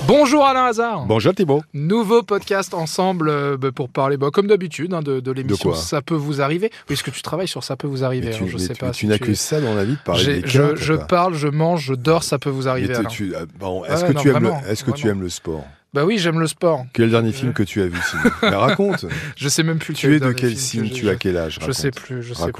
Bonjour Alain Hazard. Bonjour Thibaut. Nouveau podcast ensemble pour parler, comme d'habitude, de l'émission Ça peut vous arriver. Oui, est-ce que tu travailles sur Ça peut vous arriver? Je sais pas. Tu n'as que ça dans la vie de parler des cas. Je parle, je mange, je dors, ça peut vous arriver. Est-ce que tu aimes le sport? Bah oui, j'aime le sport. Quel est le dernier film que tu as vu, sinon? Mais raconte. Je sais même plus. Tu es de quel signe? Tu as quel âge? Je sais plus.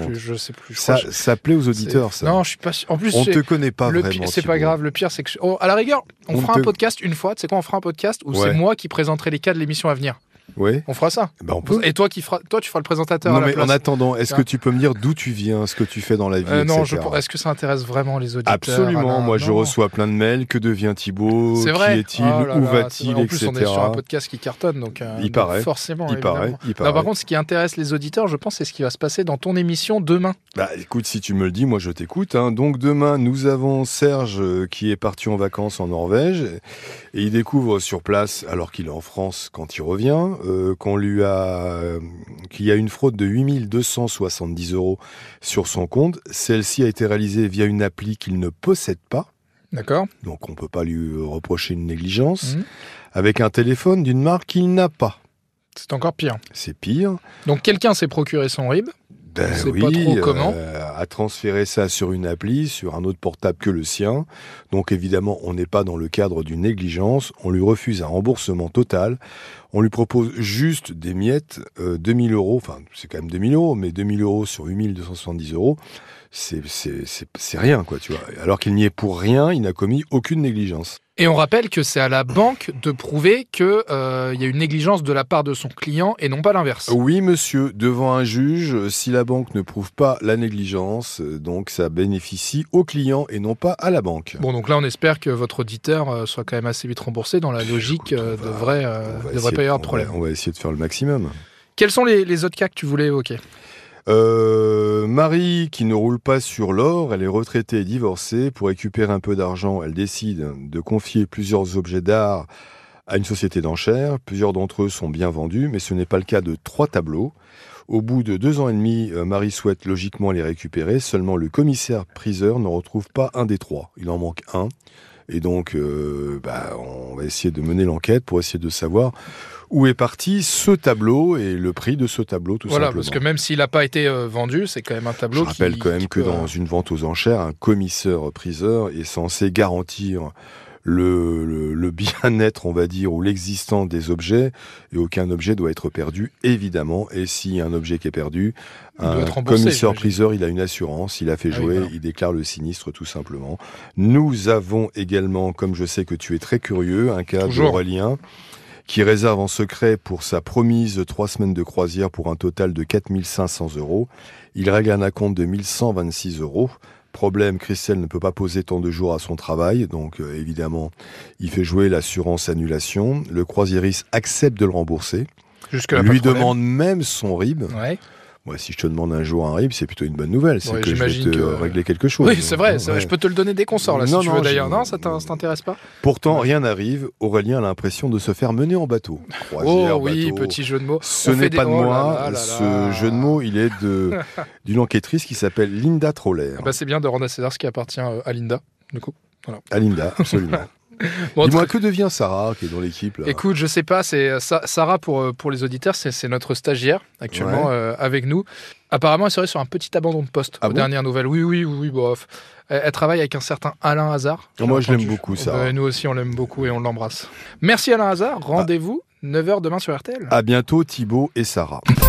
Ça plaît aux auditeurs, ça. Non, je suis pas sûr. En plus, on te connaît pas vraiment. C'est pas grave. Le pire, c'est que à la rigueur, on fera un podcast une fois. Tu sais quoi? On fera un podcast où c'est moi qui présenterai les cas de l'émission à venir. Oui. On fera ça. On peut. Et toi, tu feras le présentateur. Non, à la mais place. en attendant, est-ce que tu peux me dire d'où tu viens, ce que tu fais dans la vie, non, etc. est-ce que ça intéresse vraiment les auditeurs? Absolument. Moi, je reçois plein de mails. Que devient Thibaut? C'est vrai. Qui est-il? Où va-t-il, En plus, etc. on est sur un podcast qui cartonne, donc il paraît. Forcément. Il paraît. Non, par contre, ce qui intéresse les auditeurs, je pense, c'est ce qui va se passer dans ton émission demain. Bah, écoute, si tu me le dis, moi, je t'écoute. Donc, demain, nous avons Serge qui est parti en vacances en Norvège et il découvre sur place, alors qu'il est en France quand il revient, qu'il y a une fraude de 8 270 € sur son compte. Celle-ci a été réalisée via une appli qu'il ne possède pas. D'accord. Donc on ne peut pas lui reprocher une négligence. Avec un téléphone d'une marque qu'il n'a pas. C'est encore pire. C'est pire. Donc quelqu'un s'est procuré son RIB. Pas trop comment. A transféré ça sur une appli, sur un autre portable que le sien. Donc évidemment, on n'est pas dans le cadre d'une négligence. On lui refuse un remboursement total. On lui propose juste des miettes, 2000 €. Enfin, c'est quand même 2000 €, mais 2000 € sur 8 270 €, c'est rien, quoi, tu vois. Alors qu'il n'y est pour rien, il n'a commis aucune négligence. Et on rappelle que c'est à la banque de prouver qu'il y a une négligence de la part de son client et non pas l'inverse. Oui, monsieur, devant un juge, si la banque ne prouve pas la négligence, donc ça bénéficie au client et non pas à la banque. Bon, donc là, on espère que votre auditeur soit quand même assez vite remboursé. Dans la logique, devrait pas y avoir de problème. On va essayer de faire le maximum. Quels sont les autres cas que tu voulais évoquer ? Marie, qui ne roule pas sur l'or, elle est retraitée et divorcée. Pour récupérer un peu d'argent, elle décide de confier plusieurs objets d'art à une société d'enchères. Plusieurs d'entre eux sont bien vendus, mais ce n'est pas le cas de 3 tableaux. Au bout de 2 ans et demi, Marie souhaite logiquement les récupérer. Seulement, le commissaire-priseur ne retrouve pas un des 3. Il en manque un. Et donc, on va essayer de mener l'enquête pour essayer de savoir où est parti ce tableau et le prix de ce tableau, tout simplement. Voilà, parce que même s'il n'a pas été vendu, c'est quand même un tableau Je rappelle quand même que dans une vente aux enchères, un commissaire-priseur est censé garantir le bien-être, on va dire, ou l'existence des objets, et aucun objet doit être perdu, évidemment. Et s'il y a un objet qui est perdu, un commissaire-priseur, il a une assurance, il a fait jouer, il déclare le sinistre, tout simplement. Nous avons également, comme je sais que tu es très curieux, un cas d'Aurélien qui réserve en secret pour sa promise 3 semaines de croisière pour un total de 4 500 €. Il règle un acompte de 1 126 €. Problème, Christelle ne peut pas poser tant de jours à son travail, donc évidemment, il fait jouer l'assurance annulation. Le croisiériste accepte de le rembourser, lui demande même son RIB. Ouais. Moi, si je te demande un jour un RIB, c'est plutôt une bonne nouvelle, c'est que je vais te régler quelque chose. Oui, c'est vrai, je peux te le donner dès qu'on sort, là, si tu veux d'ailleurs. Non, ça t'intéresse pas? Pourtant, rien n'arrive. Aurélien a l'impression de se faire mener en bateau. Croisière, oui, bateau. Petit jeu de mots. Ce n'est pas de moi. Ce jeu de mots, il est d'une enquêtrice qui s'appelle Linda Troller. C'est bien de rendre à César ce qui appartient à Linda, du coup. Voilà. À Linda, absolument. Dis-moi, que devient Sarah qui est dans l'équipe là? Écoute, je sais pas, c'est Sarah pour les auditeurs, c'est notre stagiaire actuellement avec nous. Apparemment, elle serait sur un petit abandon de poste aux dernières nouvelles. Oui, bof. Elle travaille avec un certain Alain Hazard. Moi, je l'aime beaucoup, Sarah. Nous aussi, on l'aime beaucoup et on l'embrasse. Merci Alain Hazard. Rendez-vous 9h demain sur RTL. À bientôt, Thibaut et Sarah.